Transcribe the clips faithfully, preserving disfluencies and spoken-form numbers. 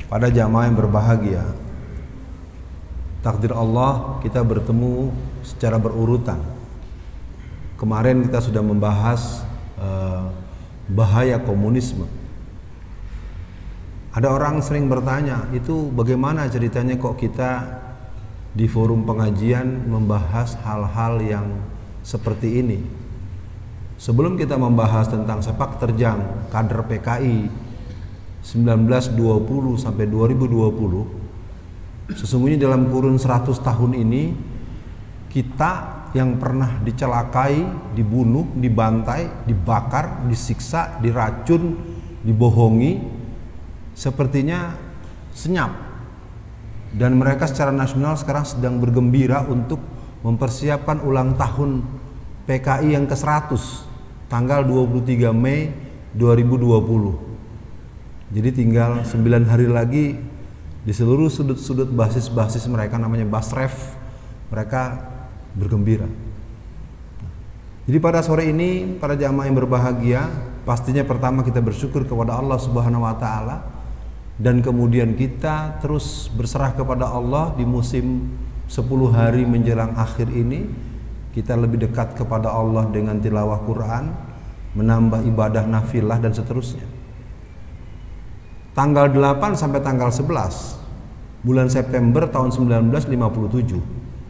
Pada jamaah yang berbahagia, takdir Allah kita bertemu secara berurutan. Kemarin kita sudah membahas uh, bahaya komunisme. Ada orang sering bertanya, itu bagaimana ceritanya kok kita di forum pengajian membahas hal-hal yang seperti ini? Sebelum kita membahas tentang sepak terjang kader P K I sembilan belas dua puluh sampai dua ribu dua puluh, sesungguhnya dalam kurun seratus tahun ini kita yang pernah dicelakai, dibunuh, dibantai, dibakar, disiksa, diracun, dibohongi, sepertinya senyap. Dan mereka secara nasional sekarang sedang bergembira untuk mempersiapkan ulang tahun P K I yang ke seratus, tanggal dua puluh tiga Mei dua ribu dua puluh. Jadi tinggal sembilan hari lagi di seluruh sudut-sudut basis-basis mereka, namanya Basref, mereka bergembira. Jadi pada sore ini para jamaah yang berbahagia, pastinya pertama kita bersyukur kepada Allah Subhanahu wa taala, dan kemudian kita terus berserah kepada Allah di musim sepuluh hari menjelang akhir ini. Kita lebih dekat kepada Allah dengan tilawah Quran, menambah ibadah nafilah dan seterusnya. Tanggal delapan sampai tanggal sebelas bulan September tahun sembilan belas lima puluh tujuh,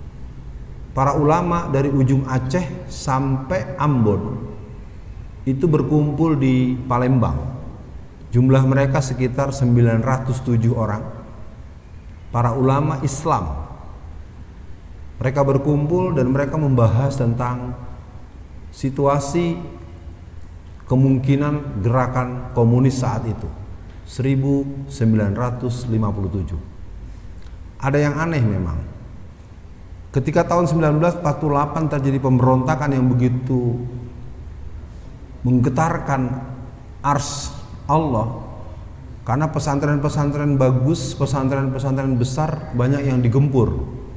para ulama dari ujung Aceh sampai Ambon itu berkumpul di Palembang. Jumlah mereka sekitar sembilan ratus tujuh orang, para ulama Islam. Mereka berkumpul dan mereka membahas tentang situasi kemungkinan gerakan komunis saat itu, seribu sembilan ratus lima puluh tujuh. Ada yang aneh memang. Ketika tahun sembilan belas empat puluh delapan terjadi pemberontakan yang begitu menggetarkan ars Allah, karena pesantren-pesantren bagus, pesantren-pesantren besar banyak yang digempur.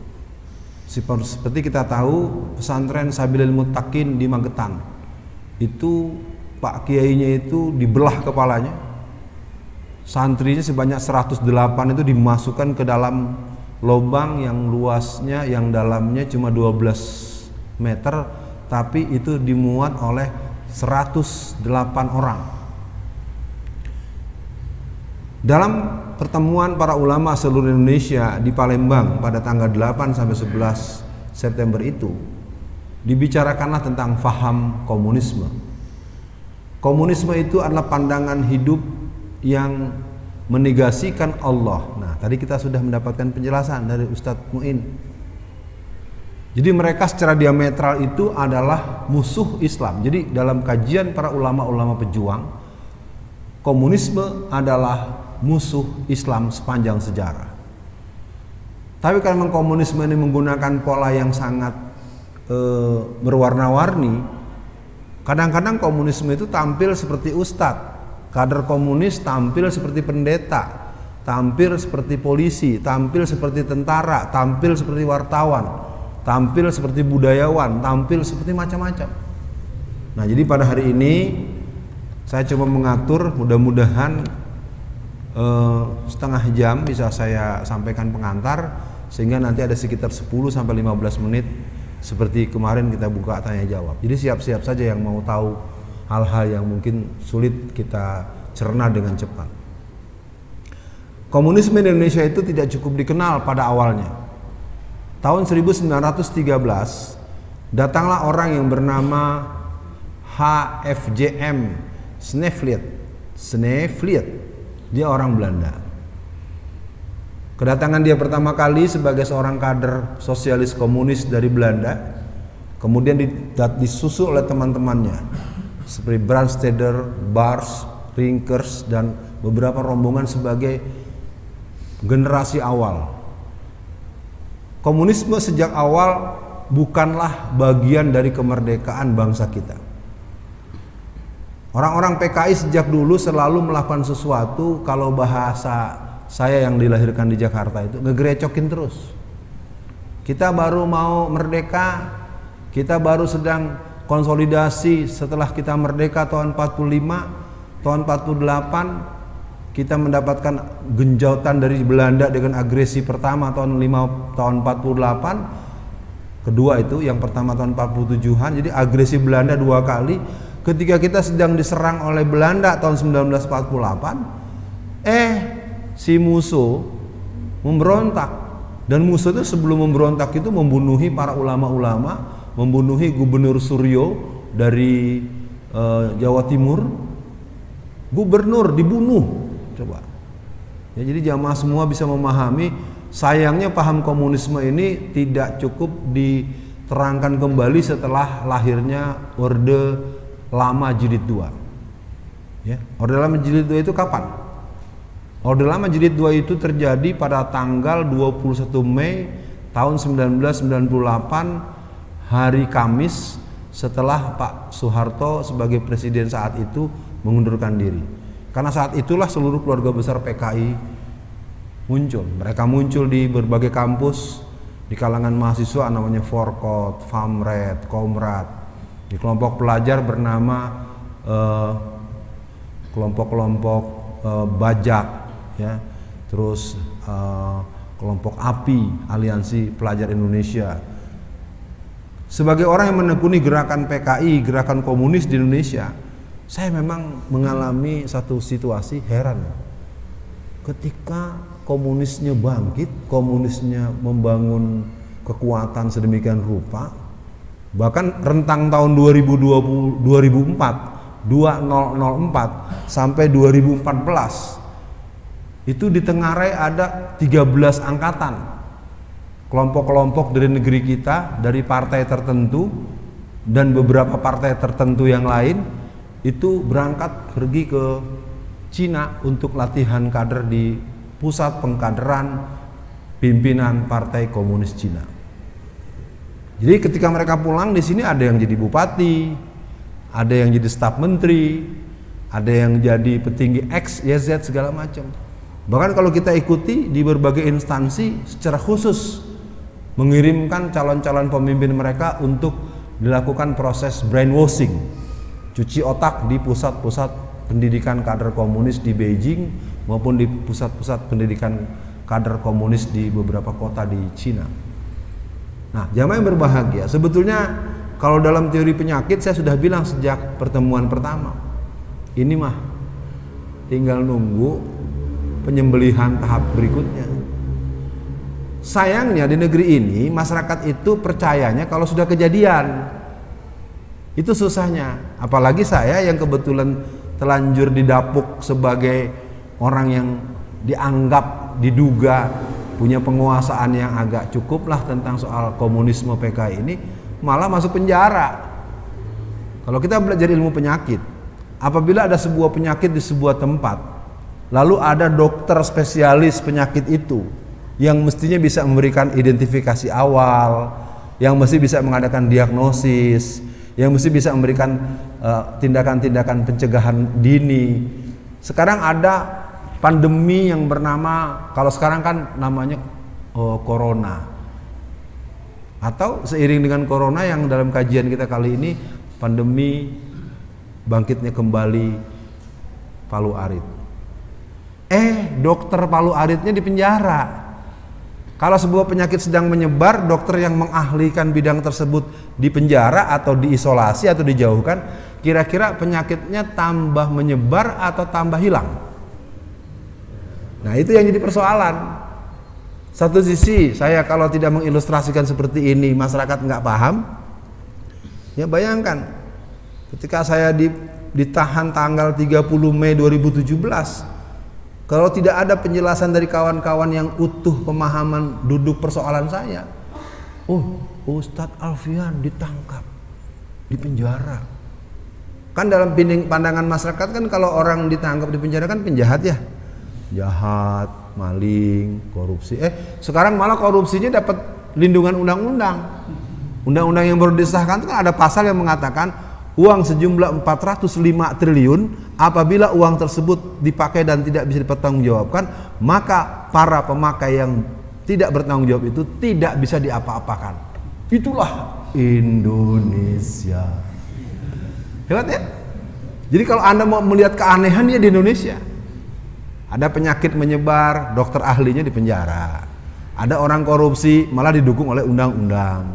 Seperti kita tahu pesantren Sabilil Muttaqin di Magetan, itu Pak Kiainya itu dibelah kepalanya, santrinya sebanyak seratus delapan itu dimasukkan ke dalam lubang yang luasnya, yang dalamnya cuma dua belas meter, tapi itu dimuat oleh seratus delapan orang. Dalam pertemuan para ulama seluruh Indonesia di Palembang pada tanggal delapan sampai sebelas September itu, dibicarakanlah tentang faham komunisme. Komunisme itu adalah pandangan hidup yang menegasikan Allah. Nah, tadi kita sudah mendapatkan penjelasan dari Ustadz Muin. Jadi mereka secara diametral itu adalah musuh Islam. Jadi dalam kajian para ulama-ulama pejuang, komunisme adalah musuh Islam sepanjang sejarah. Tapi karena komunisme ini menggunakan pola yang sangat e, berwarna-warni, kadang-kadang komunisme itu tampil seperti ustadz, kader komunis tampil seperti pendeta, tampil seperti polisi, tampil seperti tentara, tampil seperti wartawan, tampil seperti budayawan, tampil seperti macam-macam. Nah, jadi pada hari ini saya coba mengatur, mudah-mudahan eh, setengah jam bisa saya sampaikan pengantar, sehingga nanti ada sekitar sepuluh sampai lima belas menit seperti kemarin kita buka tanya jawab. Jadi siap-siap saja yang mau tahu hal-hal yang mungkin sulit kita cerna dengan cepat. Komunisme di Indonesia itu tidak cukup dikenal pada awalnya. Tahun seribu sembilan ratus tiga belas datanglah orang yang bernama H F J M Snevliet. Snevliet, dia orang Belanda. Kedatangan dia pertama kali sebagai seorang kader sosialis komunis dari Belanda, kemudian disusul oleh teman-temannya seperti Brandsteder, Bars, Rinkers, dan beberapa rombongan sebagai generasi awal. Komunisme sejak awal bukanlah bagian dari kemerdekaan bangsa kita. Orang-orang P K I sejak dulu selalu melakukan sesuatu, kalau bahasa saya yang dilahirkan di Jakarta itu ngegerecokin terus. Kita baru mau merdeka, kita baru sedang konsolidasi setelah kita merdeka tahun empat puluh lima, tahun empat puluh delapan, kita mendapatkan genjautan dari Belanda dengan agresi pertama tahun lima tahun empat puluh delapan, kedua itu yang pertama tahun empat puluh tujuhan, jadi agresi Belanda dua kali. Ketika kita sedang diserang oleh Belanda tahun sembilan belas empat puluh delapan, eh si musuh memberontak, dan musuh itu sebelum memberontak itu membunuhi para ulama-ulama, membunuhi Gubernur Suryo dari uh, Jawa Timur, gubernur dibunuh. Coba ya, jadi jamaah semua bisa memahami, sayangnya paham komunisme ini tidak cukup diterangkan kembali setelah lahirnya Orde Lama Jilid dua. Ya, Orde Lama Jilid dua itu kapan? Orde Lama Jilid dua itu terjadi pada tanggal dua puluh satu Mei tahun sembilan belas sembilan puluh delapan, hari Kamis, setelah Pak Soeharto sebagai presiden saat itu mengundurkan diri. Karena saat itulah seluruh keluarga besar P K I muncul. Mereka muncul di berbagai kampus, di kalangan mahasiswa namanya Forkot, Famred, Komrad. Di kelompok pelajar bernama eh, kelompok-kelompok eh, Bajak, ya. Terus eh, kelompok A P I, Aliansi Pelajar Indonesia. Sebagai orang yang menekuni gerakan P K I, gerakan komunis di Indonesia, saya memang mengalami satu situasi heran. Ketika komunisnya bangkit, komunisnya membangun kekuatan sedemikian rupa, bahkan rentang tahun dua ribu dua puluh, dua ribu empat, dua ribu empat sampai dua ribu empat belas, itu di Tengarai ada tiga belas angkatan, kelompok-kelompok dari negeri kita, dari partai tertentu dan beberapa partai tertentu yang lain, itu berangkat pergi ke Cina untuk latihan kader di pusat pengkaderan pimpinan Partai Komunis Cina. Jadi ketika mereka pulang, di sini ada yang jadi bupati, ada yang jadi staf menteri, ada yang jadi petinggi X, Y, Z segala macam. Bahkan kalau kita ikuti di berbagai instansi secara khusus mengirimkan calon-calon pemimpin mereka untuk dilakukan proses brainwashing, cuci otak di pusat-pusat pendidikan kader komunis di Beijing maupun di pusat-pusat pendidikan kader komunis di beberapa kota di Cina. Nah, jamaah yang berbahagia, sebetulnya kalau dalam teori penyakit saya sudah bilang sejak pertemuan pertama, ini mah tinggal nunggu penyembelihan tahap berikutnya. Sayangnya di negeri ini masyarakat itu percayanya kalau sudah kejadian. Itu susahnya, apalagi saya yang kebetulan telanjur didapuk sebagai orang yang dianggap, diduga punya penguasaan yang agak cukup lah tentang soal komunisme P K I ini, malah masuk penjara. Kalau kita belajar ilmu penyakit, apabila ada sebuah penyakit di sebuah tempat, lalu ada dokter spesialis penyakit itu yang mestinya bisa memberikan identifikasi awal, yang mesti bisa mengadakan diagnosis, yang mesti bisa memberikan tindakan-tindakan uh, pencegahan dini. Sekarang ada pandemi yang bernama, kalau sekarang kan namanya uh, corona, atau seiring dengan corona yang dalam kajian kita kali ini, pandemi bangkitnya kembali Palu Arit. Eh, dokter Palu Aritnya di penjara. Kalau sebuah penyakit sedang menyebar, dokter yang mengahlikan bidang tersebut di penjara atau diisolasi atau dijauhkan, kira-kira penyakitnya tambah menyebar atau tambah hilang? Nah, itu yang jadi persoalan. Satu sisi, saya kalau tidak mengilustrasikan seperti ini, masyarakat nggak paham. Ya bayangkan, ketika saya ditahan tanggal tiga puluh Mei dua ribu tujuh belas, kalau tidak ada penjelasan dari kawan-kawan yang utuh pemahaman duduk persoalan saya, oh, Ustadz Alfian ditangkap, di penjara. Kan dalam pandangan masyarakat kan kalau orang ditangkap di penjara kan penjahat ya, jahat, maling, korupsi. Eh, sekarang malah korupsinya dapat lindungan undang-undang. Undang-undang yang baru disahkan itu kan ada pasal yang mengatakan uang sejumlah empat ratus lima triliun apabila uang tersebut dipakai dan tidak bisa dipertanggungjawabkan, maka para pemakai yang tidak bertanggung jawab itu tidak bisa diapa-apakan. Itulah Indonesia. Hebat ya? Jadi kalau Anda mau melihat keanehan ya di Indonesia. Ada penyakit menyebar, dokter ahlinya dipenjara. Ada orang korupsi malah didukung oleh undang-undang.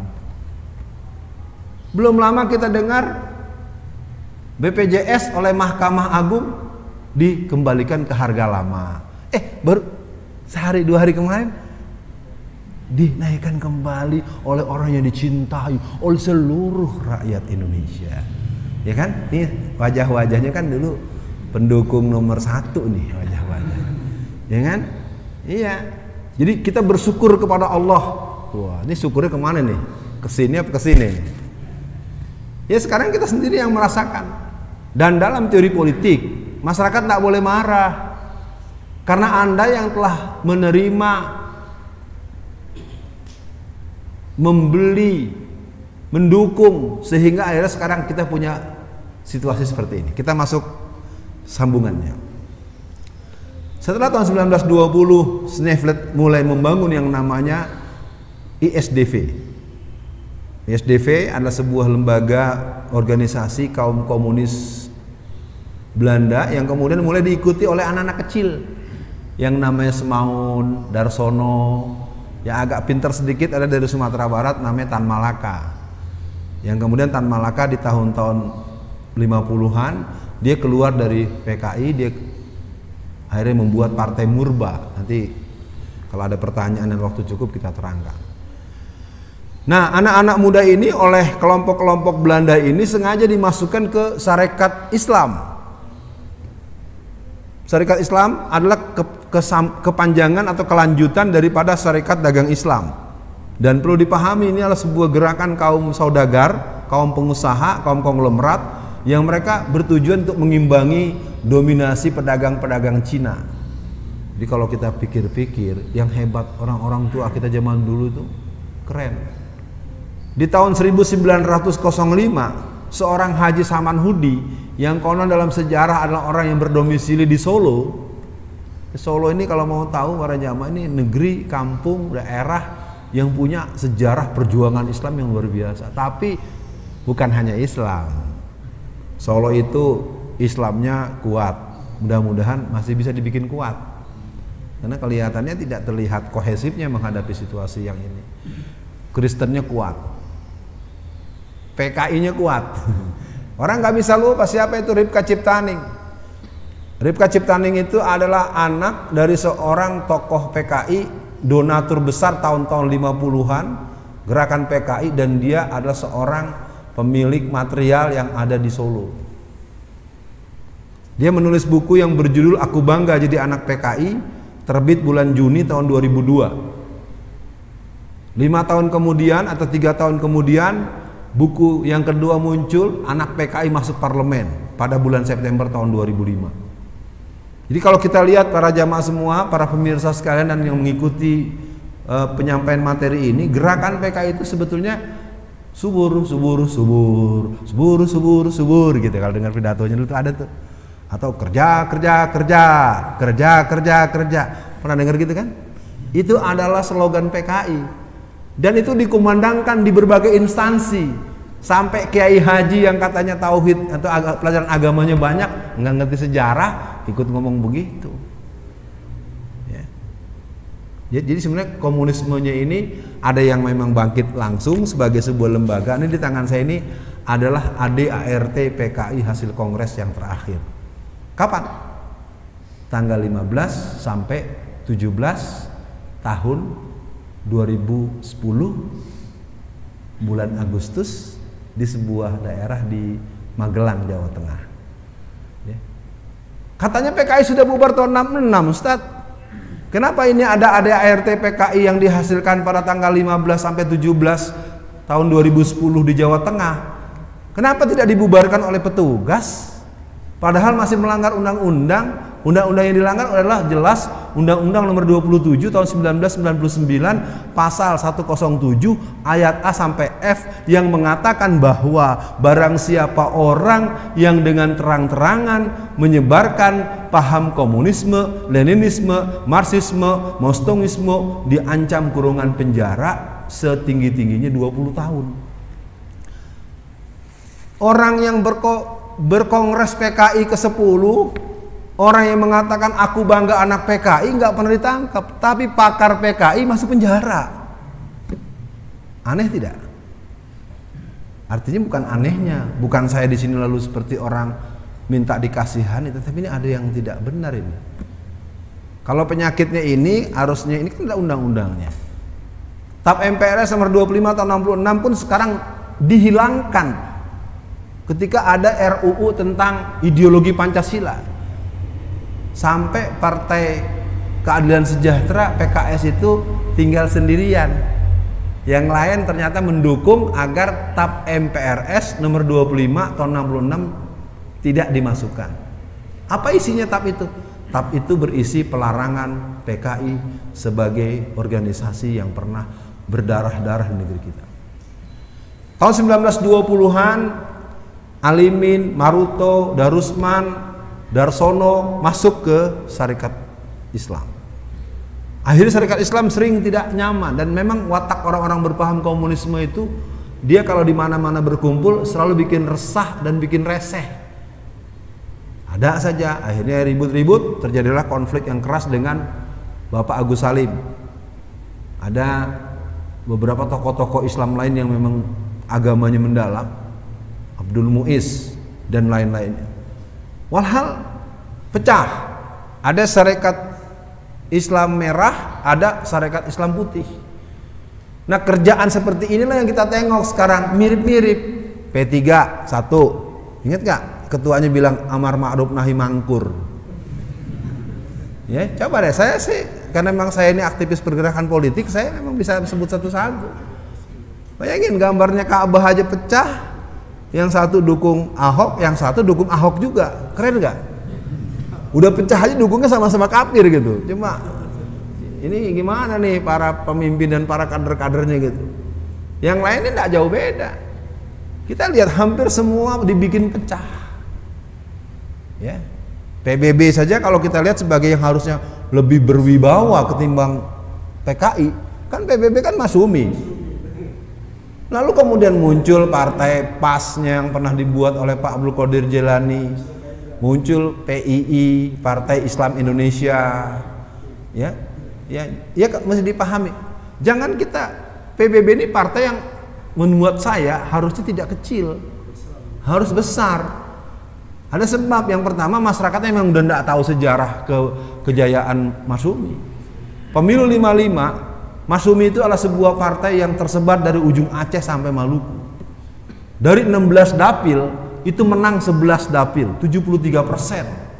Belum lama kita dengar B P J S oleh Mahkamah Agung dikembalikan ke harga lama. Eh, baru sehari dua hari kemarin dinaikkan kembali oleh orang yang dicintai oleh seluruh rakyat Indonesia. Ya kan? Nih wajah-wajahnya kan dulu pendukung nomor satu nih wajah-wajah, ya kan? Iya. Jadi kita bersyukur kepada Allah. Wah, ini syukurnya kemana nih? Kesini apa kesini? Ya sekarang kita sendiri yang merasakan. Dan dalam teori politik, masyarakat tidak boleh marah karena Anda yang telah menerima, membeli, mendukung sehingga akhirnya sekarang kita punya situasi seperti ini. Kita masuk sambungannya. Setelah tahun sembilan belas dua puluh, Sneevliet mulai membangun yang namanya I S D V. I S D V adalah sebuah lembaga organisasi kaum komunis Belanda yang kemudian mulai diikuti oleh anak-anak kecil yang namanya Semaun, Darsono, yang agak pintar sedikit ada dari Sumatera Barat namanya Tan Malaka. Yang kemudian Tan Malaka di tahun-tahun lima puluhan dia keluar dari P K I, dia akhirnya membuat Partai Murba. Nanti kalau ada pertanyaan dan waktu cukup kita terangkan. Nah, anak-anak muda ini oleh kelompok-kelompok Belanda ini sengaja dimasukkan ke Sarekat Islam. Sarekat Islam adalah ke, kesam, kepanjangan atau kelanjutan daripada Sarekat Dagang Islam. Dan perlu dipahami ini adalah sebuah gerakan kaum saudagar, kaum pengusaha, kaum konglomerat yang mereka bertujuan untuk mengimbangi dominasi pedagang-pedagang Cina. Jadi kalau kita pikir-pikir, yang hebat orang-orang tua kita zaman dulu itu keren. Di tahun seribu sembilan ratus lima, seorang Haji Saman Hudi yang konon dalam sejarah adalah orang yang berdomisili di Solo. Solo ini kalau mau tahu para jamaah ini negeri, kampung, daerah yang punya sejarah perjuangan Islam yang luar biasa. Tapi bukan hanya Islam. Solo itu Islamnya kuat, mudah-mudahan masih bisa dibikin kuat karena kelihatannya tidak terlihat kohesifnya menghadapi situasi yang ini. Kristennya kuat, P K I-nya kuat. Orang nggak bisa lupa siapa itu Ripka Ciptaning. Ripka Ciptaning itu adalah anak dari seorang tokoh P K I, donatur besar tahun-tahun lima puluhan gerakan P K I, dan dia adalah seorang pemilik material yang ada di Solo. Dia menulis buku yang berjudul Aku Bangga Jadi Anak P K I, terbit bulan Juni tahun dua ribu dua. Lima tahun kemudian atau tiga tahun kemudian, buku yang kedua muncul, Anak P K I Masuk Parlemen, pada bulan September tahun dua ribu lima. Jadi kalau kita lihat para jamaah semua, para pemirsa sekalian dan yang mengikuti uh, penyampaian materi ini, gerakan P K I itu sebetulnya subur, subur, subur, subur, subur, subur gitu. Kalau dengar pidatonya dulu tuh ada tuh. Atau kerja, kerja, kerja, kerja, kerja, kerja. Pernah dengar gitu kan? Itu adalah slogan P K I. Dan itu dikumandangkan di berbagai instansi. Sampai Kiai Haji yang katanya tauhid atau ag- pelajaran agamanya banyak, nggak ngerti sejarah, ikut ngomong begitu. Jadi sebenarnya komunismenya ini ada yang memang bangkit langsung sebagai sebuah lembaga. Ini di tangan saya ini adalah A D A R T P K I hasil kongres yang terakhir. Kapan? Tanggal lima belas sampai tujuh belas tahun dua ribu sepuluh bulan Agustus di sebuah daerah di Magelang, Jawa Tengah. Katanya P K I sudah bubar tahun enam puluh enam, Ustadz. Kenapa ini ada A D A R T P K I yang dihasilkan pada tanggal lima belas sampai tujuh belas tahun dua ribu sepuluh di Jawa Tengah? Kenapa tidak dibubarkan oleh petugas? Padahal masih melanggar undang-undang. Undang-undang yang dilanggar adalah jelas Undang-Undang Nomor dua puluh tujuh Tahun seribu sembilan ratus sembilan puluh sembilan Pasal seratus tujuh ayat A sampai F yang mengatakan bahwa barang siapa orang yang dengan terang-terangan menyebarkan paham komunisme, leninisme, marxisme, maoisme diancam kurungan penjara setinggi-tingginya dua puluh tahun. Orang yang berko, berkongres P K I ke sepuluh Orang yang mengatakan aku bangga anak P K I nggak pernah ditangkap, tapi pakar P K I masuk penjara. Aneh tidak? Artinya bukan anehnya, bukan saya di sini lalu seperti orang minta dikasihani, tetapi ini ada yang tidak benar ini. Kalau penyakitnya ini harusnya ini kan ada undang-undangnya. T A P M P R S nomor dua puluh lima tahun enam puluh enam pun sekarang dihilangkan ketika ada R U U tentang ideologi Pancasila. Sampai Partai Keadilan Sejahtera P K S itu tinggal sendirian. Yang lain ternyata mendukung agar T A P M P R S nomor dua puluh lima tahun enam puluh enam tidak dimasukkan. Apa isinya T A P itu? T A P itu berisi pelarangan P K I sebagai organisasi yang pernah berdarah-darah di negeri kita. Tahun sembilan belas dua puluhan Alimin, Maruto, Darusman, Darsono masuk ke Syarikat Islam. Akhirnya Syarikat Islam sering tidak nyaman, dan memang watak orang-orang berpaham komunisme itu, dia kalau di mana-mana berkumpul selalu bikin resah dan bikin reseh. Ada saja, akhirnya ribut-ribut, terjadilah konflik yang keras dengan Bapak Agus Salim. Ada beberapa tokoh-tokoh Islam lain yang memang agamanya mendalam, Abdul Muiz dan lain-lainnya. Walhal pecah, ada Syarikat Islam Merah, ada Syarikat Islam Putih. Nah, kerjaan seperti inilah yang kita tengok sekarang, mirip-mirip. P tiga satu, ingat gak ketuanya bilang amar ma'ruf nahi mangkur? Ya, coba deh, saya sih karena memang saya ini aktivis pergerakan politik, saya memang bisa sebut satu-satu. Bayangin gambarnya Ka'bah aja pecah. Yang satu dukung Ahok, yang satu dukung Ahok juga. Keren gak? Udah pecah aja dukungnya sama-sama kafir gitu. Cuma ini gimana nih para pemimpin dan para kader-kadernya gitu. Yang lainnya tidak jauh beda. Kita lihat hampir semua dibikin pecah. Ya. P B B saja kalau kita lihat sebagai yang harusnya lebih berwibawa ketimbang P K I, kan P B B kan Masyumi. Lalu kemudian muncul partai P A S-nya yang pernah dibuat oleh Pak Abdul Qadir Jailani, muncul P I I, Partai Islam Indonesia, ya, ya, ya mesti dipahami. Jangan kita P B B ini partai yang menurut saya harusnya tidak kecil, harus besar. Ada sebab. Yang pertama, masyarakatnya memang udah tidak tahu sejarah ke kejayaan Masyumi. Pemilu lima puluh lima. Masyumi itu adalah sebuah partai yang tersebar dari ujung Aceh sampai Maluku. Dari enam belas dapil, itu menang sebelas dapil, tujuh puluh tiga persen.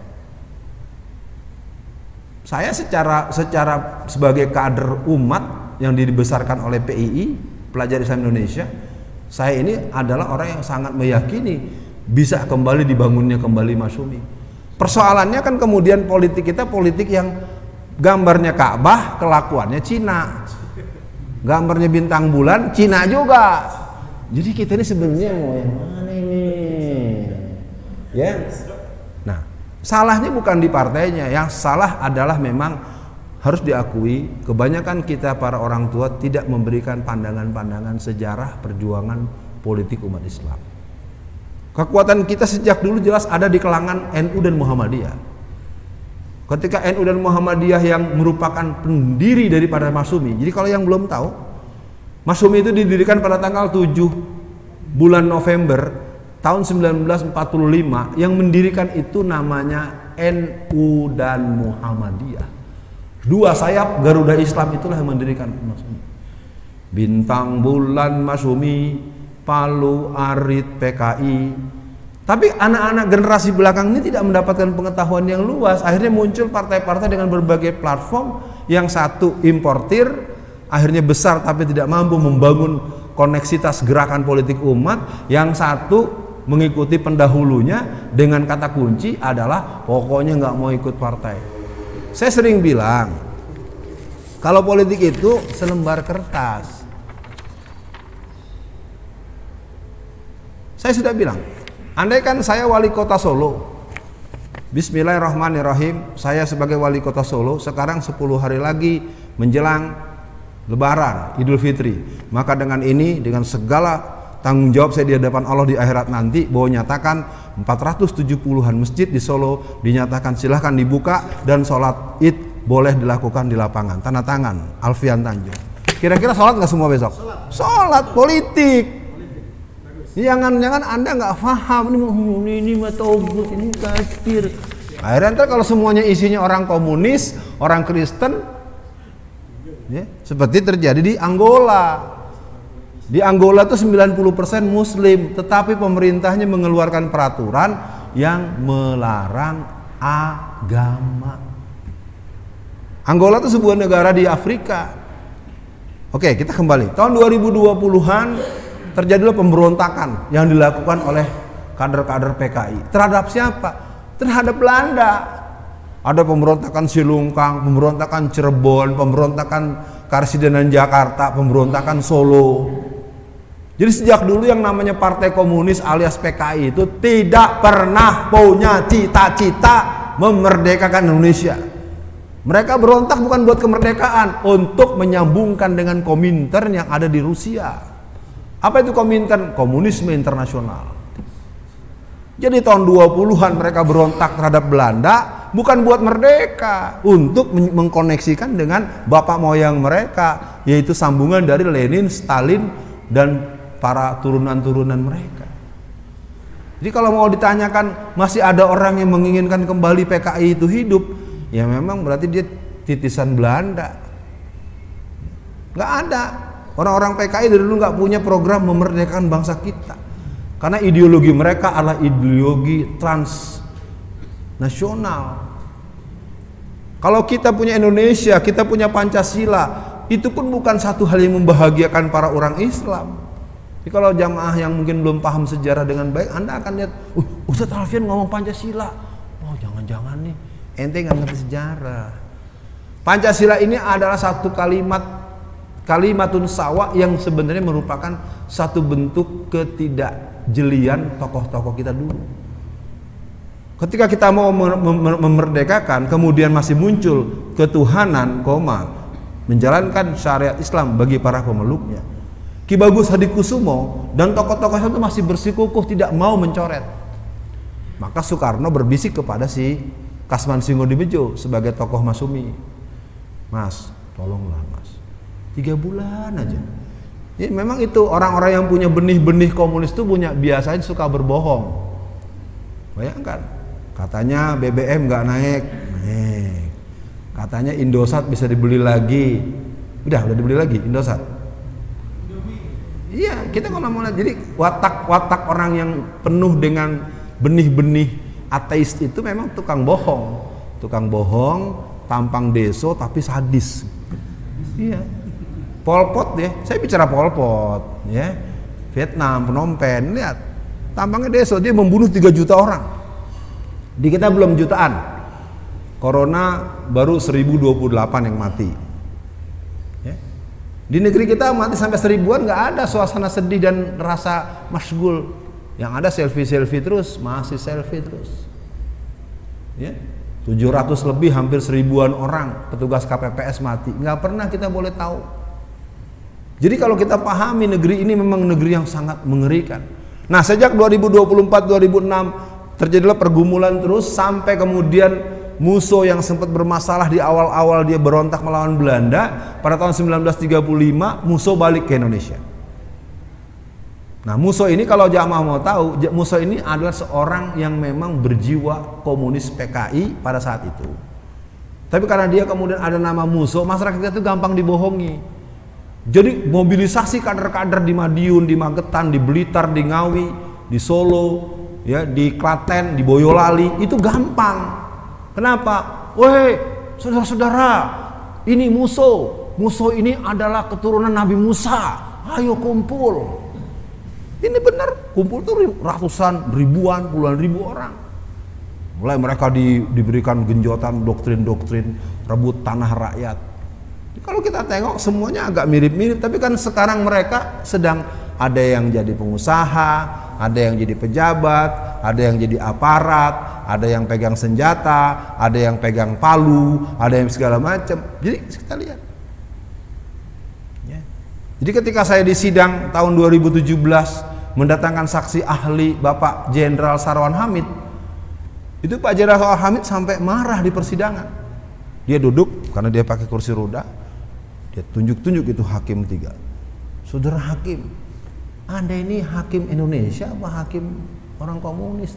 Saya secara secara sebagai kader umat yang dibesarkan oleh P I I, Pelajar Islam Indonesia, saya ini adalah orang yang sangat meyakini bisa kembali dibangunnya kembali Masyumi. Persoalannya kan kemudian politik kita politik yang gambarnya Ka'bah, kelakuannya Cina. Gambarnya bintang bulan, Cina juga. Jadi kita ini sebenarnya mau yang mana ini? Ya. Nah, salahnya bukan di partainya, yang salah adalah memang harus diakui kebanyakan kita para orang tua tidak memberikan pandangan-pandangan sejarah perjuangan politik umat Islam. Kekuatan kita sejak dulu jelas ada di kalangan N U dan Muhammadiyah. Ketika N U dan Muhammadiyah yang merupakan pendiri daripada Masyumi. Jadi kalau yang belum tahu, Masyumi itu didirikan pada tanggal tujuh bulan November tahun sembilan belas empat puluh lima. Yang mendirikan itu namanya N U dan Muhammadiyah. Dua sayap Garuda Islam itulah yang mendirikan Masyumi. Bintang bulan Masyumi, Palu Arit P K I. Tapi anak-anak generasi belakang ini tidak mendapatkan pengetahuan yang luas. Akhirnya muncul partai-partai dengan berbagai platform. Yang satu importir, akhirnya besar tapi tidak mampu membangun koneksitas gerakan politik umat. Yang satu mengikuti pendahulunya dengan kata kunci adalah pokoknya nggak mau ikut partai. Saya sering bilang, kalau politik itu selembar kertas. Saya sudah bilang, andaikan saya wali kota Solo, bismillahirrahmanirrahim, saya sebagai wali kota Solo, sekarang sepuluh hari lagi menjelang Lebaran, Idul Fitri. Maka dengan ini, dengan segala tanggung jawab saya di hadapan Allah di akhirat nanti, bahwa nyatakan empat ratus tujuh puluhan masjid di Solo dinyatakan silahkan dibuka dan sholat id boleh dilakukan di lapangan. Tanda tangan Alfian Tanjung. Kira-kira sholat nggak semua besok? Sholat politik. Jangan-jangan Anda nggak paham ini ini ini matogut, ini kafir. Akhirnya ntar kalau semuanya isinya orang komunis, orang Kristen, ya, seperti terjadi di Angola. Di Angola itu sembilan puluh persen Muslim, tetapi pemerintahnya mengeluarkan peraturan yang melarang agama. Angola itu sebuah negara di Afrika. Oke, kita kembali. Tahun dua ribu dua puluhan terjadilah pemberontakan yang dilakukan oleh kader-kader P K I. Terhadap siapa? Terhadap Belanda. Ada pemberontakan Silungkang, pemberontakan Cirebon, pemberontakan Karsidenan Jakarta, pemberontakan Solo. Jadi sejak dulu yang namanya Partai Komunis alias P K I itu tidak pernah punya cita-cita memerdekakan Indonesia. Mereka berontak bukan buat kemerdekaan, untuk menyambungkan dengan Komintern yang ada di Rusia. Apa itu Komintern? Komunisme internasional. Jadi tahun dua puluhan mereka berontak terhadap Belanda bukan buat merdeka, untuk mengkoneksikan dengan bapak moyang mereka, yaitu sambungan dari Lenin, Stalin, dan para turunan-turunan mereka. Jadi kalau mau ditanyakan masih ada orang yang menginginkan kembali P K I itu hidup, ya memang berarti dia titisan Belanda. Nggak ada. Orang-orang P K I dari dulu nggak punya program memerdekakan bangsa kita, karena ideologi mereka adalah ideologi transnasional. Kalau kita punya Indonesia, kita punya Pancasila, itu pun bukan satu hal yang membahagiakan para orang Islam. Jadi kalau jamaah yang mungkin belum paham sejarah dengan baik, Anda akan lihat, uh, Ustadz Alfian ngomong Pancasila. Oh jangan-jangan nih, ente nggak ngerti sejarah. Pancasila ini adalah satu kalimat, kalimatun sawa, yang sebenarnya merupakan satu bentuk ketidakjelian tokoh-tokoh kita dulu. Ketika kita mau memerdekakan, kemudian masih muncul ketuhanan, koma, menjalankan syariat Islam bagi para pemeluknya. Ki Bagus Hadikusumo dan tokoh-tokoh itu masih bersikukuh tidak mau mencoret. Maka Soekarno berbisik kepada si Kasman Singodimedjo sebagai tokoh Masumi, Mas, tolonglah Mas, tiga bulan aja. Ya, memang itu orang-orang yang punya benih-benih komunis itu punya biasanya suka berbohong. Bayangkan, katanya B B M nggak naik, naik. Katanya Indosat bisa dibeli lagi, udah udah dibeli lagi Indosat. Iya, kita kalau mau lihat, jadi watak-watak orang yang penuh dengan benih-benih ateis itu memang tukang bohong, tukang bohong, tampang deso tapi sadis. Iya. Pol Pot ya, saya bicara Pol Pot ya, Vietnam, Phnom Penh, lihat tampangnya deso, dia membunuh tiga juta orang. Di kita belum jutaan, Corona baru seribu dua puluh delapan yang mati ya. Di negeri kita mati sampai seribuan, nggak ada suasana sedih dan rasa masgul. Yang ada selfie-selfie terus, masih selfie terus ya. tujuh ratus lebih, hampir seribuan orang petugas K P P S mati, nggak pernah kita boleh tahu. Jadi kalau kita pahami negeri ini memang negeri yang sangat mengerikan. Nah sejak dua ribu dua puluh empat dua ribu enam terjadilah pergumulan terus, sampai kemudian Musso yang sempat bermasalah di awal-awal dia berontak melawan Belanda pada tahun sembilan belas tiga puluh lima, Musso balik ke Indonesia. Nah Musso ini kalau jamaah mau tahu, Musso ini adalah seorang yang memang berjiwa komunis P K I pada saat itu. Tapi karena dia kemudian ada nama Musso, masyarakat kita itu gampang dibohongi. Jadi mobilisasi kader-kader di Madiun, di Magetan, di Blitar, di Ngawi, di Solo, ya, di Klaten, di Boyolali itu gampang. Kenapa? Woi, saudara-saudara, ini Musso. Musso ini adalah keturunan Nabi Musa. Ayo kumpul. Ini benar, kumpul tuh ratusan, ribuan, puluhan ribu orang. Mulai mereka di, diberikan genjotan doktrin-doktrin rebut tanah rakyat. Kalau kita tengok semuanya agak mirip-mirip, tapi kan sekarang mereka sedang ada yang jadi pengusaha, ada yang jadi pejabat, ada yang jadi aparat, ada yang pegang senjata, ada yang pegang palu, ada yang segala macam. Jadi kita lihat. Ya. Jadi ketika saya di sidang tahun dua ribu tujuh belas mendatangkan saksi ahli Bapak Jenderal Sarwan Hamid. Itu Pak Jenderal Sarwan Hamid sampai marah di persidangan. Dia duduk karena dia pakai kursi roda. Dia tunjuk-tunjuk itu hakim tiga. Saudara hakim, Anda ini hakim Indonesia apa hakim orang komunis?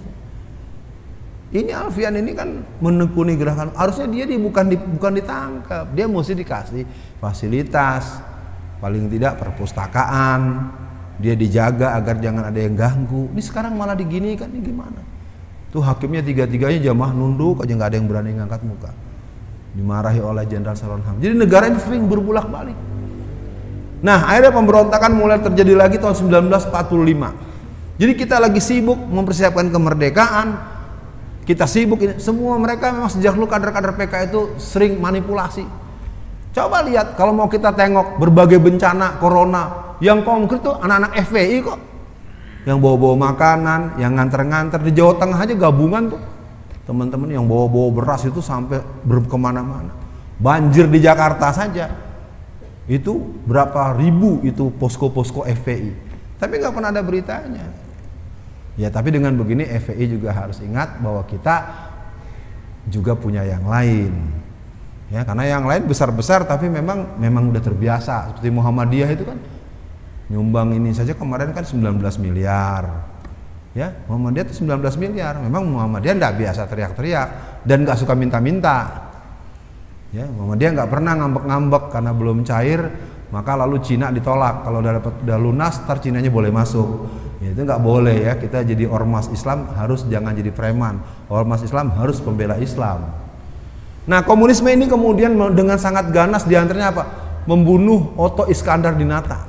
Ini Alfian ini kan menekuni gerakan. Harusnya dia, dia bukan di, bukan ditangkap. Dia mesti dikasih fasilitas, paling tidak perpustakaan. Dia dijaga agar jangan ada yang ganggu. Ini sekarang malah diginikan, ini gimana? Tuh hakimnya tiga-tiganya jamaah nunduk aja, nggak ada yang berani ngangkat muka. Dimarahi oleh Jenderal Sarwan Hamid. Jadi negara ini sering berbulak-balik. Nah, akhirnya pemberontakan mulai terjadi lagi tahun seribu sembilan ratus empat puluh lima. Jadi kita lagi sibuk mempersiapkan kemerdekaan. Kita sibuk ini, semua mereka memang sejak dulu kader-kader P K I itu sering manipulasi. Coba lihat kalau mau kita tengok berbagai bencana corona yang konkret tuh anak-anak F P I kok, yang bawa-bawa makanan, yang nganter-nganter di Jawa Tengah aja gabungan tuh, teman-teman yang bawa-bawa beras itu sampai berkemana-mana. Banjir di Jakarta saja itu berapa ribu itu posko-posko F P I, tapi nggak pernah ada beritanya. Ya tapi dengan begini F P I juga harus ingat bahwa kita juga punya yang lain. Ya karena yang lain besar-besar tapi memang memang udah terbiasa. Seperti Muhammadiyah itu kan nyumbang ini saja kemarin kan sembilan belas miliar. Ya, Muhammadiyah itu sembilan belas miliar. Memang Muhammadiyah enggak biasa teriak-teriak dan enggak suka minta-minta. Ya, Muhammadiyah enggak pernah ngambek-ngambek karena belum cair, maka lalu Cina ditolak. Kalau udah dapat udah lunas, tar Cinanya boleh masuk. Ya, itu nggak boleh ya, kita jadi ormas Islam harus jangan jadi preman, ormas Islam harus pembela Islam. Nah komunisme ini kemudian dengan sangat ganas diantaranya apa? Membunuh Otto Iskandar-Dinata.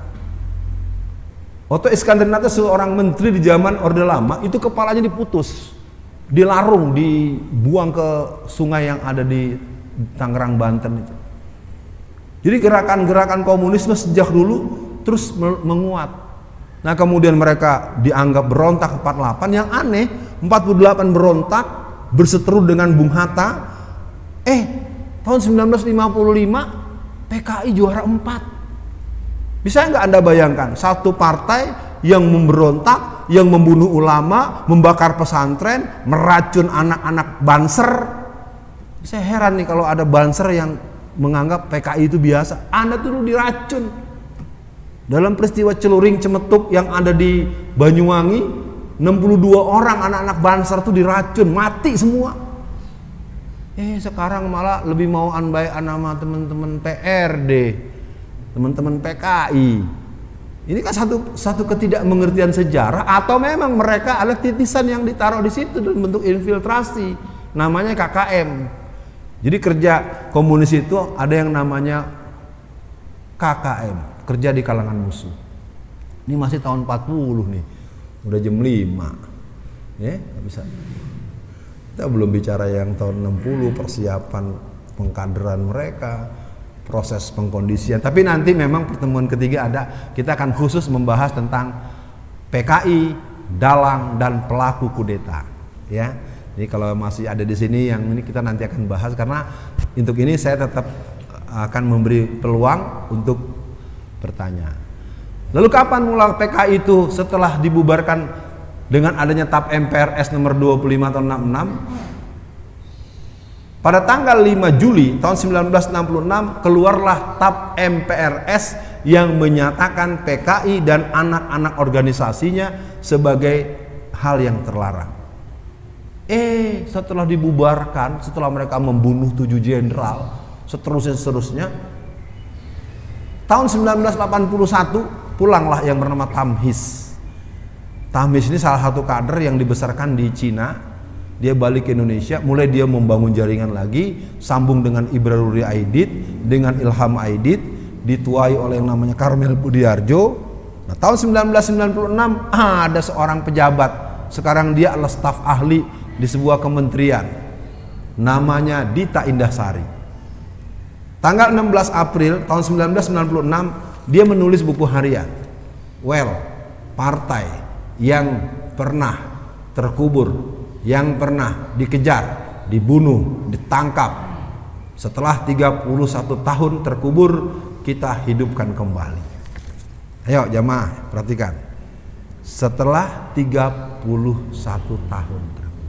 Otto Iskandar-Dinata seorang menteri di zaman Orde Lama, itu kepalanya diputus, dilarung, dibuang ke sungai yang ada di Tangerang, Banten itu. Jadi gerakan-gerakan komunisme sejak dulu terus menguat. Nah kemudian mereka dianggap berontak empat puluh delapan. Yang aneh empat puluh delapan berontak berseteru dengan Bung Hatta. Eh tahun seribu sembilan ratus lima puluh lima P K I juara empat. Bisa nggak Anda bayangkan satu partai yang memberontak, yang membunuh ulama, membakar pesantren, meracun anak-anak banser. Saya heran nih kalau ada banser yang menganggap P K I itu biasa. Anda tuh diracun. Dalam peristiwa celuring cemetuk yang ada di Banyuwangi, enam puluh dua orang anak-anak banser itu diracun, mati semua. Eh sekarang malah lebih mau anbai nama teman-teman P R D, teman-teman P K I. Ini kan satu satu ketidakmengertian sejarah atau memang mereka ada titisan yang ditaruh di situ dalam bentuk infiltrasi, namanya K K M. Jadi kerja komunis itu ada yang namanya K K M. Kerja di kalangan musuh. Ini masih tahun empat puluh nih, udah jam lima, ya nggak bisa. Kita belum bicara yang tahun enam puluh, persiapan pengkaderan mereka, proses pengkondisian. Tapi nanti memang pertemuan ketiga ada, kita akan khusus membahas tentang P K I, dalang dan pelaku kudeta. Ya, jadi kalau masih ada di sini yang ini kita nanti akan bahas karena untuk ini saya tetap akan memberi peluang untuk bertanya. Lalu kapan mula P K I itu setelah dibubarkan dengan adanya T A P M P R S nomor dua puluh lima tahun enam puluh enam? Pada tanggal lima Juli tahun seribu sembilan ratus enam puluh enam keluarlah T A P M P R S yang menyatakan P K I dan anak-anak organisasinya sebagai hal yang terlarang. Eh setelah dibubarkan, setelah mereka membunuh tujuh jenderal, seterusnya seterusnya tahun seribu sembilan ratus delapan puluh satu pulanglah yang bernama Tamhis. Tamhis ini salah satu kader yang dibesarkan di Cina. Dia balik ke Indonesia, mulai dia membangun jaringan lagi, sambung dengan Ibraruri Aidit, dengan Ilham Aidit, dituai oleh yang namanya Karmel Budiarjo. Nah, tahun seribu sembilan ratus sembilan puluh enam ada seorang pejabat, sekarang dia adalah staf ahli di sebuah kementerian, namanya Dita Indahsari. Tanggal enam belas April tahun seribu sembilan ratus sembilan puluh enam dia menulis buku harian. Well, partai yang pernah terkubur, yang pernah dikejar, dibunuh, ditangkap, setelah tiga puluh satu tahun terkubur, kita hidupkan kembali. Ayo jamaah perhatikan. setelah tiga puluh satu tahun.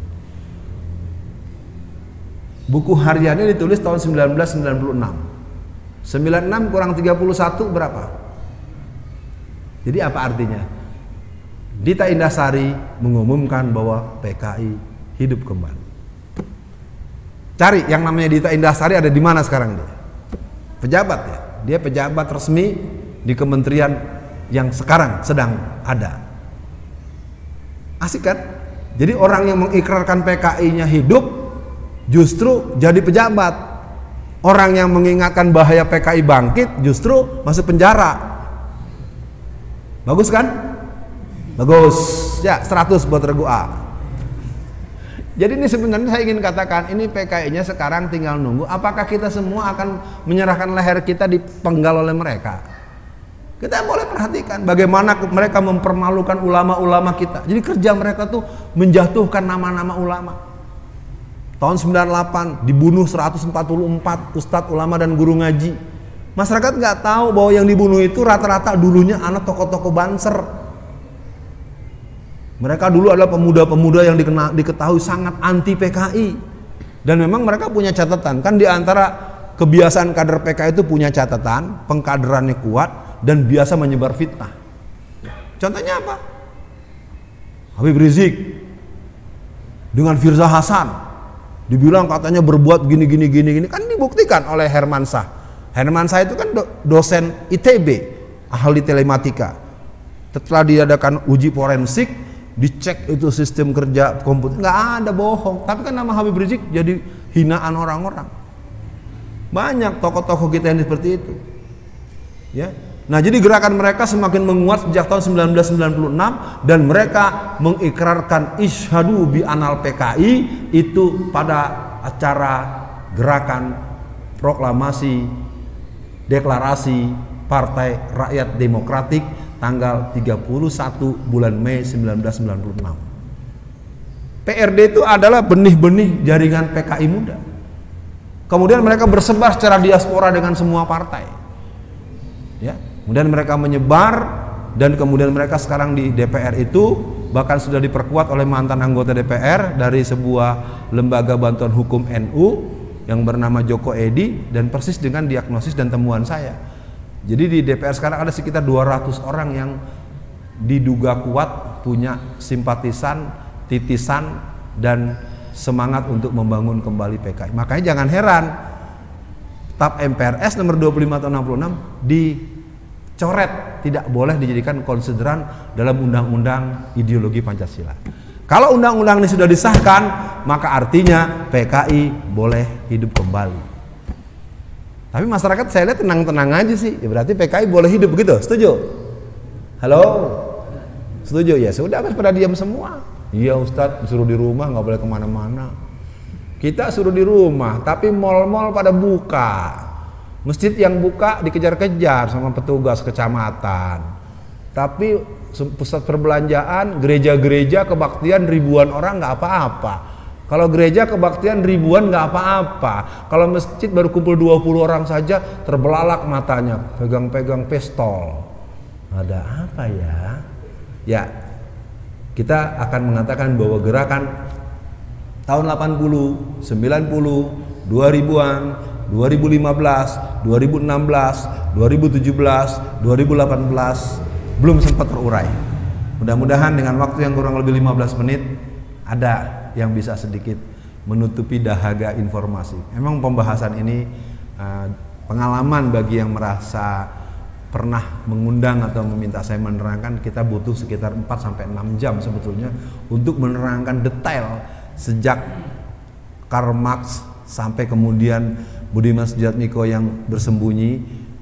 Buku hariannya ditulis tahun seribu sembilan ratus sembilan puluh enam. sembilan puluh enam kurang tiga puluh satu berapa? Jadi apa artinya? Dita Indahsari mengumumkan bahwa P K I hidup kembali. Cari yang namanya Dita Indahsari ada di mana sekarang dia? Pejabat ya. Dia pejabat resmi di kementerian yang sekarang sedang ada. Asik kan? Jadi orang yang mengikrarkan P K I-nya hidup justru jadi pejabat. Orang yang mengingatkan bahaya P K I bangkit justru masuk penjara. Bagus kan? Bagus. Ya, seratus buat regu A. Jadi ini sebenarnya saya ingin katakan, ini P K I-nya sekarang tinggal nunggu apakah kita semua akan menyerahkan leher kita dipenggal oleh mereka. Kita boleh perhatikan bagaimana mereka mempermalukan ulama-ulama kita. Jadi kerja mereka tuh menjatuhkan nama-nama ulama. Tahun sembilan puluh delapan dibunuh seratus empat puluh empat ustadz, ulama dan guru ngaji. Masyarakat nggak tahu bahwa yang dibunuh itu rata-rata dulunya anak tokoh-tokoh Banser. Mereka dulu adalah pemuda-pemuda yang dikenal, diketahui sangat anti P K I. Dan memang mereka punya catatan. Kan di antara kebiasaan kader P K I itu punya catatan, pengkaderannya kuat dan biasa menyebar fitnah. Contohnya apa? Habib Rizik dengan Firza Hasan dibilang katanya berbuat gini gini gini gini, kan dibuktikan oleh Hermansyah. Hermansyah itu kan do, dosen I T B, ahli telematika. Setelah diadakan uji forensik, dicek itu sistem kerja komputer, nggak ada bohong. Tapi kan nama Habib Rizik jadi hinaan orang-orang. Banyak tokoh-tokoh kita yang seperti itu. Ya. Nah, jadi gerakan mereka semakin menguat sejak tahun seribu sembilan ratus sembilan puluh enam dan mereka mengikrarkan isyhadu bi anal P K I itu pada acara gerakan proklamasi deklarasi Partai Rakyat Demokratik tanggal tiga puluh satu bulan Mei seribu sembilan ratus sembilan puluh enam. P R D itu adalah benih-benih jaringan P K I muda. Kemudian mereka bersebar secara diaspora dengan semua partai. Ya. Kemudian mereka menyebar dan kemudian mereka sekarang di D P R itu bahkan sudah diperkuat oleh mantan anggota D P R dari sebuah lembaga bantuan hukum N U yang bernama Joko Edi dan persis dengan diagnosis dan temuan saya. Jadi di D P R sekarang ada sekitar dua ratus orang yang diduga kuat punya simpatisan, titisan dan semangat untuk membangun kembali P K I. Makanya jangan heran T A P M P R S nomor dua puluh lima tahun enam puluh enam dicoret, tidak boleh dijadikan konsideran dalam undang-undang ideologi Pancasila. Kalau undang-undang ini sudah disahkan, maka artinya P K I boleh hidup kembali. Tapi masyarakat saya lihat tenang-tenang aja sih. Ya berarti P K I boleh hidup begitu. Setuju? Halo? Setuju? Ya sudah, pada diam semua. Iya Ustadz, suruh di rumah, nggak boleh kemana-mana. Kita suruh di rumah, tapi mal-mal pada buka. Masjid yang buka dikejar-kejar sama petugas kecamatan. Tapi pusat perbelanjaan, gereja-gereja kebaktian ribuan orang nggak apa-apa. Kalau gereja kebaktian ribuan nggak apa-apa. Kalau masjid baru kumpul dua puluh orang saja terbelalak matanya, pegang-pegang pistol. Ada apa ya? Ya, kita akan mengatakan bahwa gerakan tahun delapan puluh, sembilan puluh, dua ribuan, dua ribu lima belas, dua ribu enam belas, dua ribu tujuh belas, dua ribu delapan belas belum sempat terurai. Mudah-mudahan dengan waktu yang kurang lebih lima belas menit ada yang bisa sedikit menutupi dahaga informasi. Memang pembahasan ini uh, pengalaman bagi yang merasa pernah mengundang atau meminta saya menerangkan, kita butuh sekitar empat sampai enam jam sebetulnya untuk menerangkan detail sejak Karl Marx sampai kemudian Budiman Sujatmiko yang bersembunyi,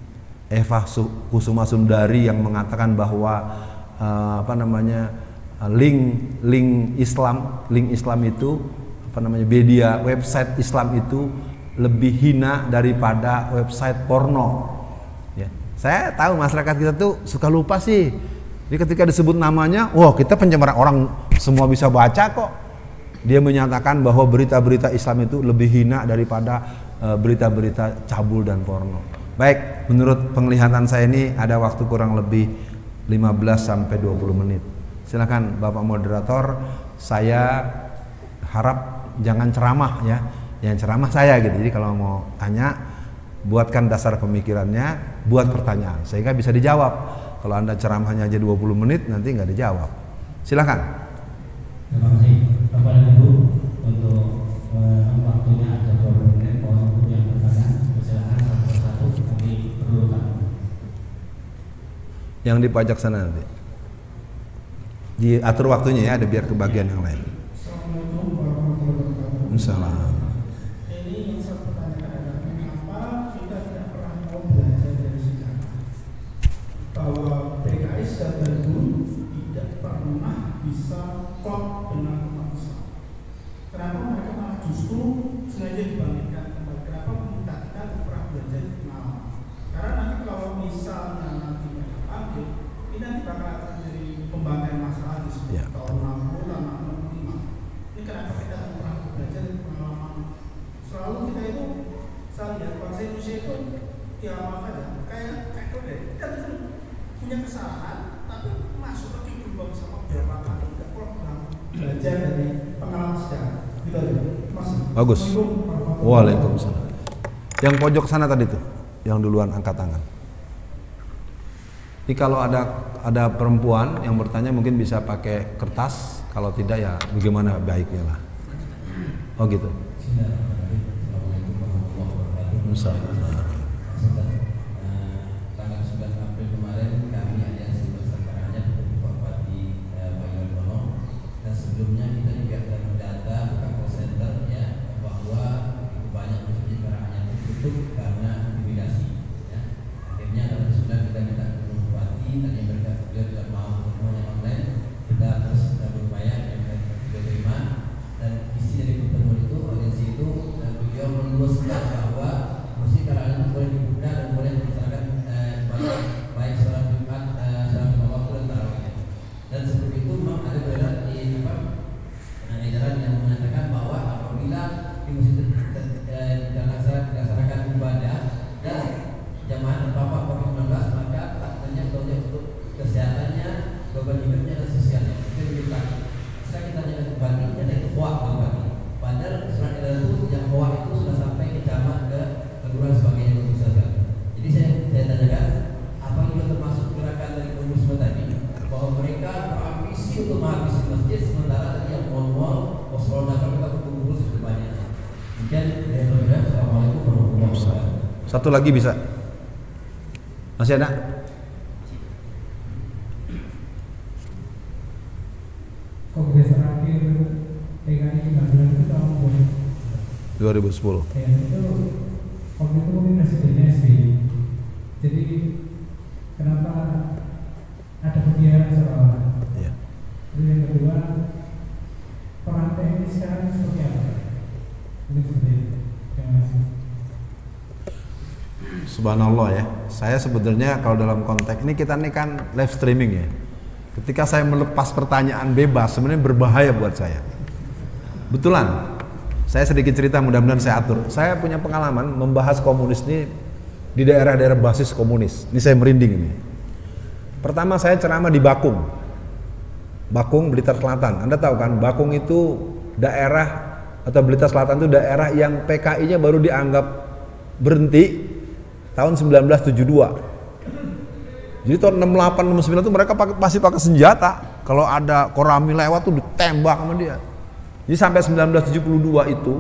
Eva Kusuma Sundari yang mengatakan bahwa uh, apa namanya link link Islam, link Islam itu apa namanya media website Islam itu lebih hina daripada website porno. Ya. Saya tahu masyarakat kita tuh suka lupa sih. Jadi ketika disebut namanya, wah kita pencemaran, orang semua bisa baca kok. Dia menyatakan bahwa berita-berita Islam itu lebih hina daripada berita-berita uh, cabul dan porno. Baik, menurut penglihatan saya ini ada waktu kurang lebih lima belas sampai dua puluh menit. Silakan Bapak moderator, saya harap jangan ceramah ya. Yang ceramah saya gitu. Jadi kalau mau tanya, buatkan dasar pemikirannya, buat pertanyaan sehingga bisa dijawab. Kalau Anda ceramahnya aja dua puluh menit nanti nggak dijawab. Silakan. Terima kasih Bapak dan Ibu untuk uh, waktunya ada dua puluh menit. Mohon untuk yang bertanya silakan satu persatu kami perlukan. Yang di pajak sana nanti diatur waktunya ya, ada biar kebagian yang lain. Assalamualaikum warahmatullahi wabarakatuh. Assalamualaikum. Ini yang saya pertanyakan adalah mengapa kita tidak pernah mau belajar dari sejarah bahwa P K I sejak dari dulu tidak pernah bisa klop dengan umat Islam. Kenapa mereka malah justru sengaja dibangkitkan kembali? Kenapa kita kita tidak pernah belajar pengalaman? Karena nanti kalau misalnya nanti mereka bangkit, ini nanti bakal terjadi pembangkaian masalah di sekitar Ya. tahun enam puluh dan enam puluh lima. Ini kenapa kita tidak pernah belajar dari pengalaman? Selalu kita itu, saya lihat bangsa Indonesia itu ya maaf aja, kayak kayak kode. Kita itu punya kesalahan, tapi masuk lagi berubah sama beberapa kali. Tidak pernah belajar dari pengalaman sejarah. Gitu aja. Masih. Bagus. Waalaikumsalam. Yang pojok sana tadi tuh, yang duluan angkat tangan. Jadi kalau ada ada perempuan yang bertanya mungkin bisa pakai kertas, kalau tidak ya bagaimana baiknya lah. Oh gitu. Assalamualaikum warahmatullahi wabarakatuh. Assalamualaikum. Tanggal sembilan April kemarin kami aliansi Nusantara Bupati Pak Yono, dan sebelumnya kita juga sudah mendata buka call center ya bahwa banyak masjid karangan tutup karena intimidasi. Ya. Akhirnya dalam sebulan kita minta ke Bupati, tadi mereka beliau tidak mau semuanya online, kita terus berupaya yang beliau terima, dan isi dari pertemuan itu audiensi itu dan beliau meluaskan bahwa masjid karangan itu boleh dibuka dan boleh dilaksanakan eh, baik sholat Jumat, eh, sholat lima waktu dan tarawih. Dan seperti itu memang ada beredar di apa nah, edaran yang menyatakan bahwa apabila di masjid dilaksanakan ibadah dan jamaah terpapar covid sembilan belas maka takutnya betul untuk kesehatannya, beban hidupnya dan sosialnya itu diminta. Sekarang kita tanyakan ke Bupati, ternyata itu hoak Bupati. Padahal surat edaran itu yang hoak itu sudah sampai ke camat, ke kelurahan sebagainya untuk sosial. Jadi saya saya tanyakan apa juga termasuk gerakan dari komunisme tadi bahwa mereka berambisi untuk menghabisi masjid sementara tadi yang mal-mal pos-pos nakal mereka berkumpul cukup banyak. Demikian dari saya. Assalamualaikum warahmatullahi wabarakatuh. Satu lagi bisa. Masih ada? Kongres terakhir P K I di Magelang itu tahun dua ribu sepuluh. ya, itu waktu itu mungkin presidennya S B Y. Jadi kenapa ada pembiayaan seolah-olah? Iya. Terus yang kedua, peran teknis sekarang seperti apa? Mungkin seperti itu. Terima kasih. Subhanallah ya. Saya sebetulnya kalau dalam konteks ini kita ini kan live streaming ya. Ketika saya melepas pertanyaan bebas sebenarnya berbahaya buat saya. Betulan. Saya sedikit cerita, mudah-mudahan saya atur. Saya punya pengalaman membahas komunis ini di daerah-daerah basis komunis. Ini saya merinding ini. Pertama saya ceramah di Bakung. Bakung, Blitar Selatan. Anda tahu kan, Bakung itu daerah atau Blitar Selatan itu daerah yang P K I-nya baru dianggap berhenti tahun sembilan belas tujuh puluh dua. Jadi tahun enam puluh delapan enam puluh sembilan itu mereka pakai, masih pakai senjata. Kalau ada Korami lewat tuh ditembak sama dia. Jadi sampai sembilan belas tujuh puluh dua itu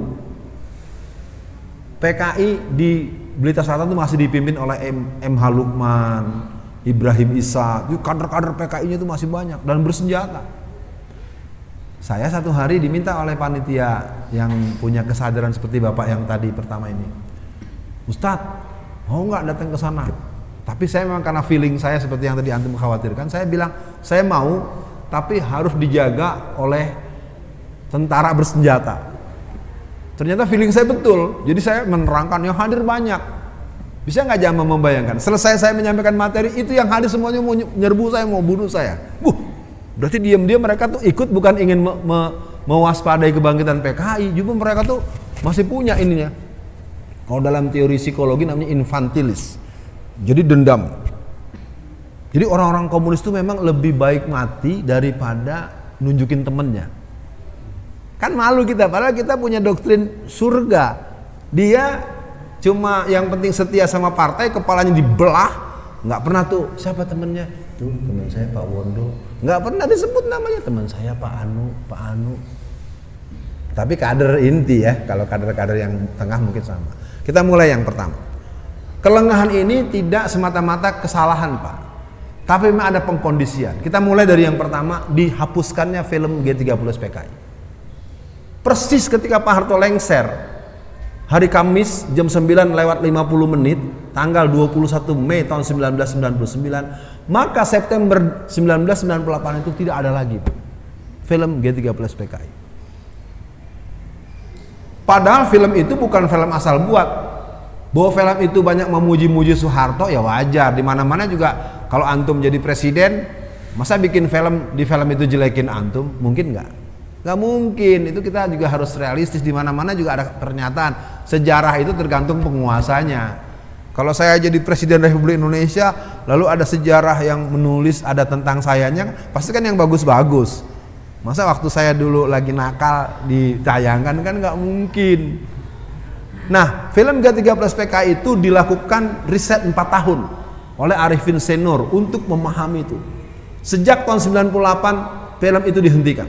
P K I di Blitar Selatan itu masih dipimpin oleh M, M H Lukman, Ibrahim Isa. Itu kader-kader P K I-nya itu masih banyak dan bersenjata. Saya satu hari diminta oleh panitia yang punya kesadaran seperti Bapak yang tadi pertama ini. Ustadz, mau nggak datang ke sana? Tapi saya memang karena feeling saya seperti yang tadi antum khawatirkan, saya bilang saya mau, tapi harus dijaga oleh tentara bersenjata. Ternyata feeling saya betul. Jadi saya menerangkan yang hadir banyak. Bisa nggak Jama membayangkan? Selesai saya menyampaikan materi, itu yang hadir semuanya mau nyerbu saya, mau bunuh saya. Buh, berarti diam-diam mereka tuh ikut bukan ingin me me mewaspadai kebangkitan P K I, juga mereka tuh masih punya ininya. Kalau dalam teori psikologi namanya infantilis. Jadi dendam. Jadi orang-orang komunis itu memang lebih baik mati daripada nunjukin temennya. Kan malu kita, padahal kita punya doktrin surga. Dia cuma yang penting setia sama partai, kepalanya dibelah, nggak pernah tuh siapa temennya, tuh teman saya Pak Wondo, nggak pernah disebut namanya, teman saya Pak Anu, Pak Anu. Tapi kader inti ya, kalau kader-kader yang tengah mungkin sama. Kita mulai yang pertama. Kelengahan ini tidak semata-mata kesalahan Pak, tapi memang ada pengkondisian. Kita mulai dari yang pertama, dihapuskannya film G tiga puluh S P K I. Persis ketika Pak Harto lengser, hari Kamis jam sembilan lewat lima puluh menit, tanggal dua puluh satu Mei tahun seribu sembilan ratus sembilan puluh sembilan, maka September seribu sembilan ratus sembilan puluh delapan itu tidak ada lagi film G tiga puluh S P K I. Padahal film itu bukan film asal buat. Bahwa film itu banyak memuji-muji Soeharto ya wajar. Di mana-mana juga kalau antum jadi presiden, masa bikin film di film itu jelekin antum? Mungkin nggak? Nggak mungkin. Itu kita juga harus realistis. Di mana-mana juga ada pernyataan. Sejarah itu tergantung penguasanya. Kalau saya jadi presiden Republik Indonesia, lalu ada sejarah yang menulis ada tentang sayanya, pasti kan yang bagus-bagus. Masa waktu saya dulu lagi nakal ditayangkan kan nggak mungkin. Nah, film G tiga puluh S P K I itu dilakukan riset empat tahun oleh Arifin Senur untuk memahami itu. Sejak tahun sembilan puluh delapan film itu dihentikan.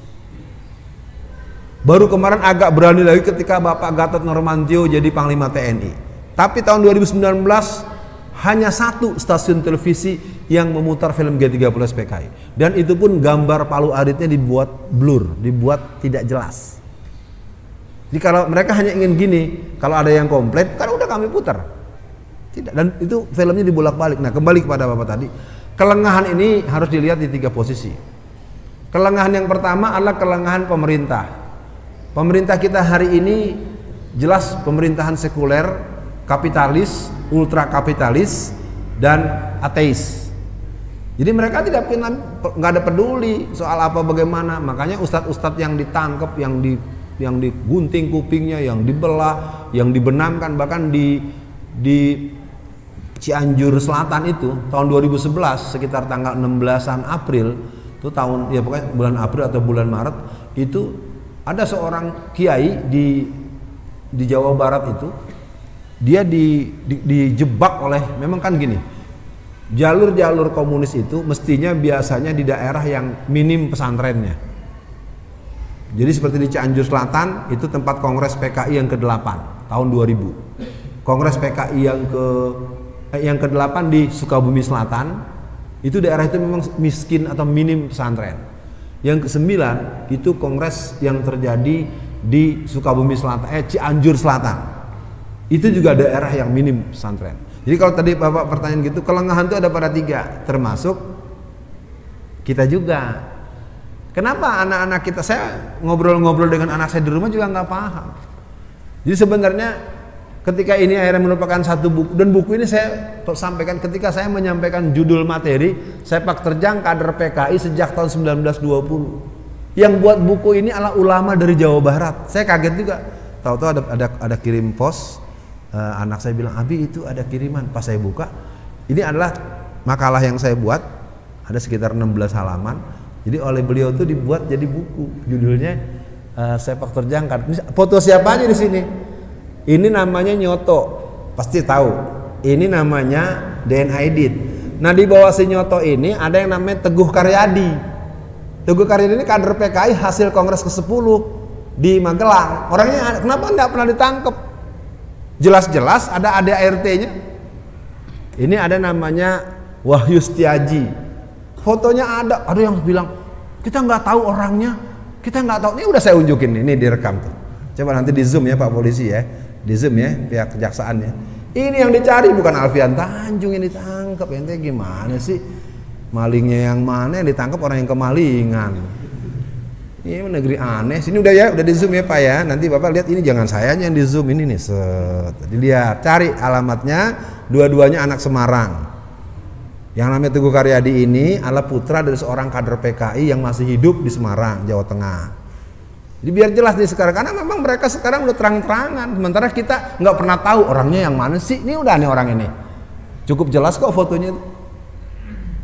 Baru kemarin agak berani lagi ketika Bapak Gatot Nurmantio jadi Panglima T N I. Tapi tahun dua ribu sembilan belas hanya satu stasiun televisi yang memutar film G tiga puluh S P K I. Dan itu pun gambar palu aritnya dibuat blur, dibuat tidak jelas. Jadi kalau mereka hanya ingin gini, kalau ada yang komplain, kan udah kami putar. Tidak, dan itu filmnya dibolak-balik. Nah, kembali kepada Bapak tadi, kelengahan ini harus dilihat di tiga posisi. Kelengahan yang pertama adalah kelengahan pemerintah. Pemerintah kita hari ini jelas pemerintahan sekuler, kapitalis, ultra kapitalis, dan ateis. Jadi mereka tidak pernah, nggak ada peduli soal apa bagaimana. Makanya ustadz-ustadz yang ditangkap, yang di yang digunting kupingnya, yang dibelah, yang dibenamkan, bahkan di di Cianjur Selatan itu tahun dua ribu sebelas sekitar tanggal enam belasan April itu tahun ya pokoknya bulan April atau bulan Maret itu ada seorang kiai di di Jawa Barat itu dia di, di dijebak oleh, memang kan gini, jalur-jalur komunis itu mestinya biasanya di daerah yang minim pesantrennya. Jadi seperti di Cianjur Selatan itu tempat Kongres P K I yang kedelapan tahun dua ribu. Kongres P K I yang ke eh, yang kedelapan di Sukabumi Selatan, itu daerah itu memang miskin atau minim pesantren. Yang kesembilan itu kongres yang terjadi di Sukabumi Selatan, eh Cianjur Selatan. Itu juga daerah yang minim pesantren. Jadi kalau tadi Bapak pertanyaan gitu, kelengahan itu ada pada tiga, termasuk kita juga. Kenapa anak-anak kita, saya ngobrol-ngobrol dengan anak saya di rumah juga nggak paham. Jadi sebenarnya ketika ini akhirnya merupakan satu buku, dan buku ini saya sampaikan ketika saya menyampaikan judul materi Sepak Terjang Kader P K I sejak tahun sembilan belas dua puluh. Yang buat buku ini adalah ulama dari Jawa Barat. Saya kaget juga. Tahu-tahu ada ada ada kirim pos, uh, anak saya bilang, "Abi itu ada kiriman." Pas saya buka, ini adalah makalah yang saya buat, ada sekitar enam belas halaman. Jadi oleh beliau itu dibuat jadi buku, judulnya uh, Sepak Terjang Kader. Foto siapa aja di sini? Ini namanya Nyoto, pasti tahu. Ini namanya D N Aidit. Nah di bawah si Nyoto ini ada yang namanya Teguh Karyadi. Teguh Karyadi ini kader P K I hasil Kongres ke sepuluh di Magelang. Orangnya kenapa enggak pernah ditangkap? Jelas-jelas ada A D A R T-nya. Ini ada namanya Wahyu Setiaji. Fotonya ada, ada yang bilang kita nggak tahu orangnya, kita nggak tahu. Ini udah saya unjukin, ini direkam tuh. Coba nanti di zoom ya Pak Polisi ya, di zoom ya pihak kejaksaan ya. Ini yang dicari bukan Alfian Tanjung yang ditangkap. Ente gimana sih? Malingnya yang mana yang ditangkap, orang yang kemalingan. Ini negeri aneh. Sini udah ya, udah di zoom ya Pak ya. Nanti Bapak lihat, ini jangan saya aja yang di zoom ini nih. Set. Dilihat, cari alamatnya. Dua-duanya anak Semarang. Yang namanya Teguh Karyadi ini adalah putra dari seorang kader P K I yang masih hidup di Semarang, Jawa Tengah. Jadi biar jelas nih sekarang, karena memang mereka sekarang udah terang-terangan, sementara kita nggak pernah tahu orangnya yang mana sih. Ini udah nih orang ini, cukup jelas kok fotonya.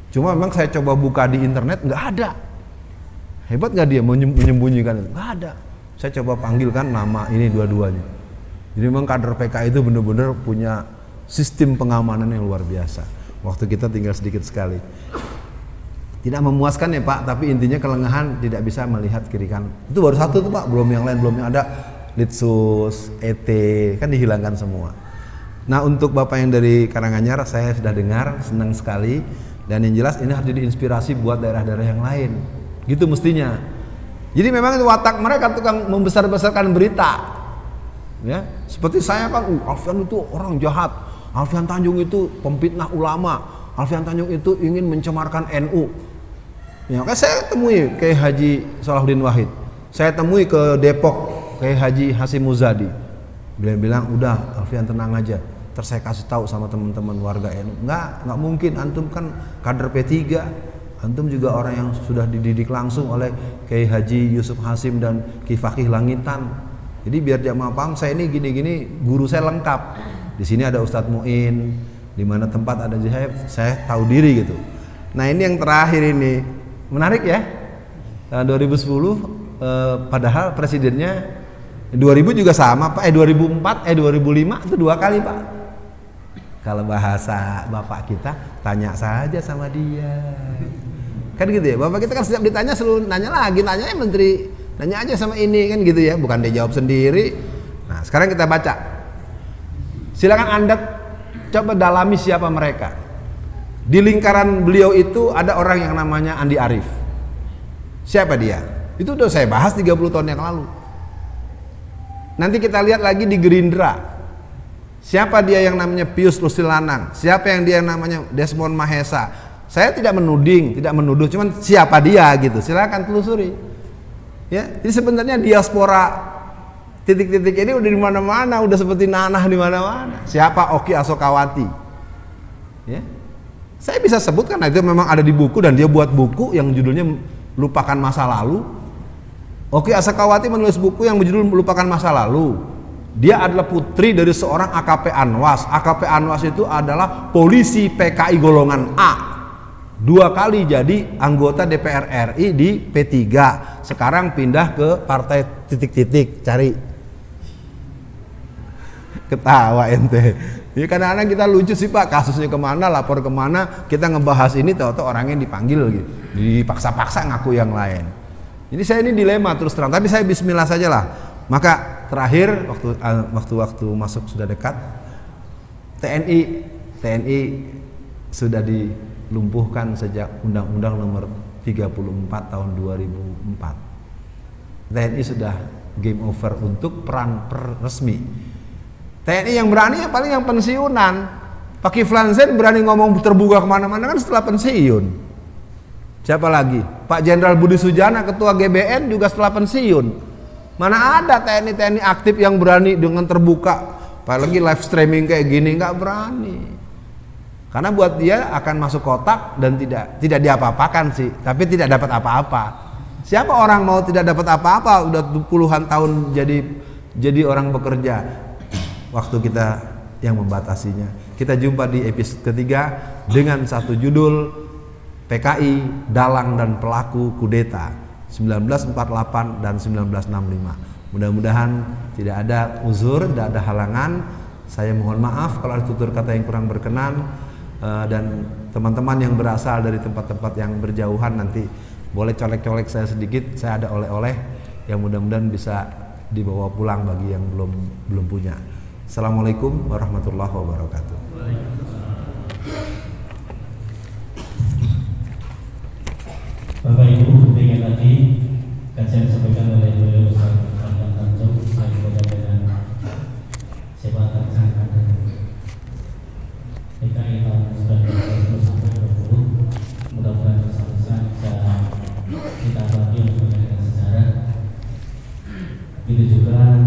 Cuma memang saya coba buka di internet, nggak ada. Hebat nggak dia menyembunyikan itu? Nggak ada. Saya coba panggilkan nama ini dua-duanya. Jadi memang kader P K I itu benar-benar punya sistem pengamanan yang luar biasa. Waktu kita tinggal sedikit sekali. Tidak memuaskan ya Pak, tapi intinya kelengahan tidak bisa melihat kiri kanan. Itu baru satu tuh Pak, belum yang lain, belum yang ada Litsus, E T, kan dihilangkan semua. Nah untuk Bapak yang dari Karanganyar, saya sudah dengar, senang sekali. Dan yang jelas ini harus jadi inspirasi buat daerah-daerah yang lain. Gitu mestinya. Jadi memang itu watak mereka tukang membesar-besarkan berita. Ya, seperti saya kan, uh, Alfian itu orang jahat. Alfian Tanjung itu pemfitnah ulama. Alfian Tanjung itu ingin mencemarkan N U. Ya, kan saya temui ke Haji Salahuddin Wahid. Saya temui ke Depok ke Haji Hasim Muzadi. Beliau bilang, "Udah, Alfian tenang aja. Terus saya kasih tahu sama teman-teman warga N U." Enggak, enggak mungkin, antum kan kader P tiga. Antum juga orang yang sudah dididik langsung oleh Kiai Haji Yusuf Hasim dan Ki Fakih Langitan. Jadi biar jamaah paham, saya ini gini-gini, guru saya lengkap. Di sini ada Ustadz Muin, di mana tempat ada saya, saya tahu diri gitu. Nah ini yang terakhir ini menarik ya. Tahun dua ribu sepuluh, eh, padahal presidennya dua ribu juga sama Pak. Eh dua ribu empat, eh dua ribu lima itu dua kali Pak. Kalau bahasa bapak kita, tanya saja sama dia. Kan gitu ya, bapak kita kan setiap ditanya selalu nanya lagi, nanya menteri, nanya aja sama ini kan gitu ya, bukan dia jawab sendiri. Nah sekarang kita baca, silakan Anda coba dalami siapa mereka. Di lingkaran beliau itu ada orang yang namanya Andi Arief. Siapa dia? Itu udah saya bahas tiga puluh tahun yang lalu. Nanti kita lihat lagi di Gerindra. Siapa dia yang namanya Pius Lusilanang? Siapa yang dia yang namanya Desmond Mahesa? Saya tidak menuding, tidak menuduh, cuman siapa dia gitu. Silakan telusuri. Ya, jadi sebenarnya diaspora titik-titik ini udah di mana-mana, udah seperti nanah di mana-mana. Siapa Oki Asokawati? Ya. Saya bisa sebutkan itu memang ada di buku dan dia buat buku yang judulnya Lupakan Masa Lalu. Oki Asokawati menulis buku yang berjudul Lupakan Masa Lalu. Dia adalah putri dari seorang A K P Anwas. A K P Anwas itu adalah polisi P K I golongan A. Dua kali jadi anggota D P R R I di P tiga. Sekarang pindah ke partai titik-titik, cari. Ketawa ente. Ya kadang-kadang kita lucu sih Pak, kasusnya kemana, lapor kemana, kita ngebahas ini, tahu-tahu orangnya dipanggil gitu. Dipaksa-paksa ngaku yang lain. Jadi saya ini dilema terus terang, tapi saya bismillah saja lah. Maka terakhir waktu waktu-waktu masuk sudah dekat, T N I T N I sudah dilumpuhkan sejak Undang-Undang Nomor tiga puluh empat tahun dua ribu empat. T N I sudah game over untuk peran per resmi. T N I yang berani yang paling yang pensiunan. Pak Kiflan Zain berani ngomong terbuka kemana-mana kan setelah pensiun. Siapa lagi? Pak Jenderal Budi Sujana ketua G B N juga setelah pensiun. Mana ada T N I T N I aktif yang berani dengan terbuka, apalagi live streaming kayak gini, nggak berani. Karena buat dia akan masuk kotak dan tidak tidak diapa-apakan sih, tapi tidak dapat apa-apa. Siapa orang mau tidak dapat apa-apa? Udah puluhan tahun jadi jadi orang bekerja. Waktu kita yang membatasinya. Kita jumpa di episode ketiga dengan satu judul P K I, Dalang dan Pelaku Kudeta sembilan belas empat puluh delapan dan sembilan belas enam puluh lima. Mudah-mudahan tidak ada uzur, tidak ada halangan. Saya mohon maaf kalau ada tutur kata yang kurang berkenan, dan teman-teman yang berasal dari tempat-tempat yang berjauhan nanti boleh colek-colek saya sedikit. Saya ada oleh-oleh yang mudah-mudahan bisa dibawa pulang bagi yang belum belum punya. Assalamualaikum warahmatullahi wabarakatuh. Bapak Ibu, demikian tadi kajian disampaikan oleh beliau Ustaz Alfian Tanjung yang berkaitan dengan sepak terjang kader P K I tahun seribu sembilan ratus dua puluh sampai dua puluh. Mudah-mudahan bersama bisa kita bagi untuk dengan sejarah. Itu juga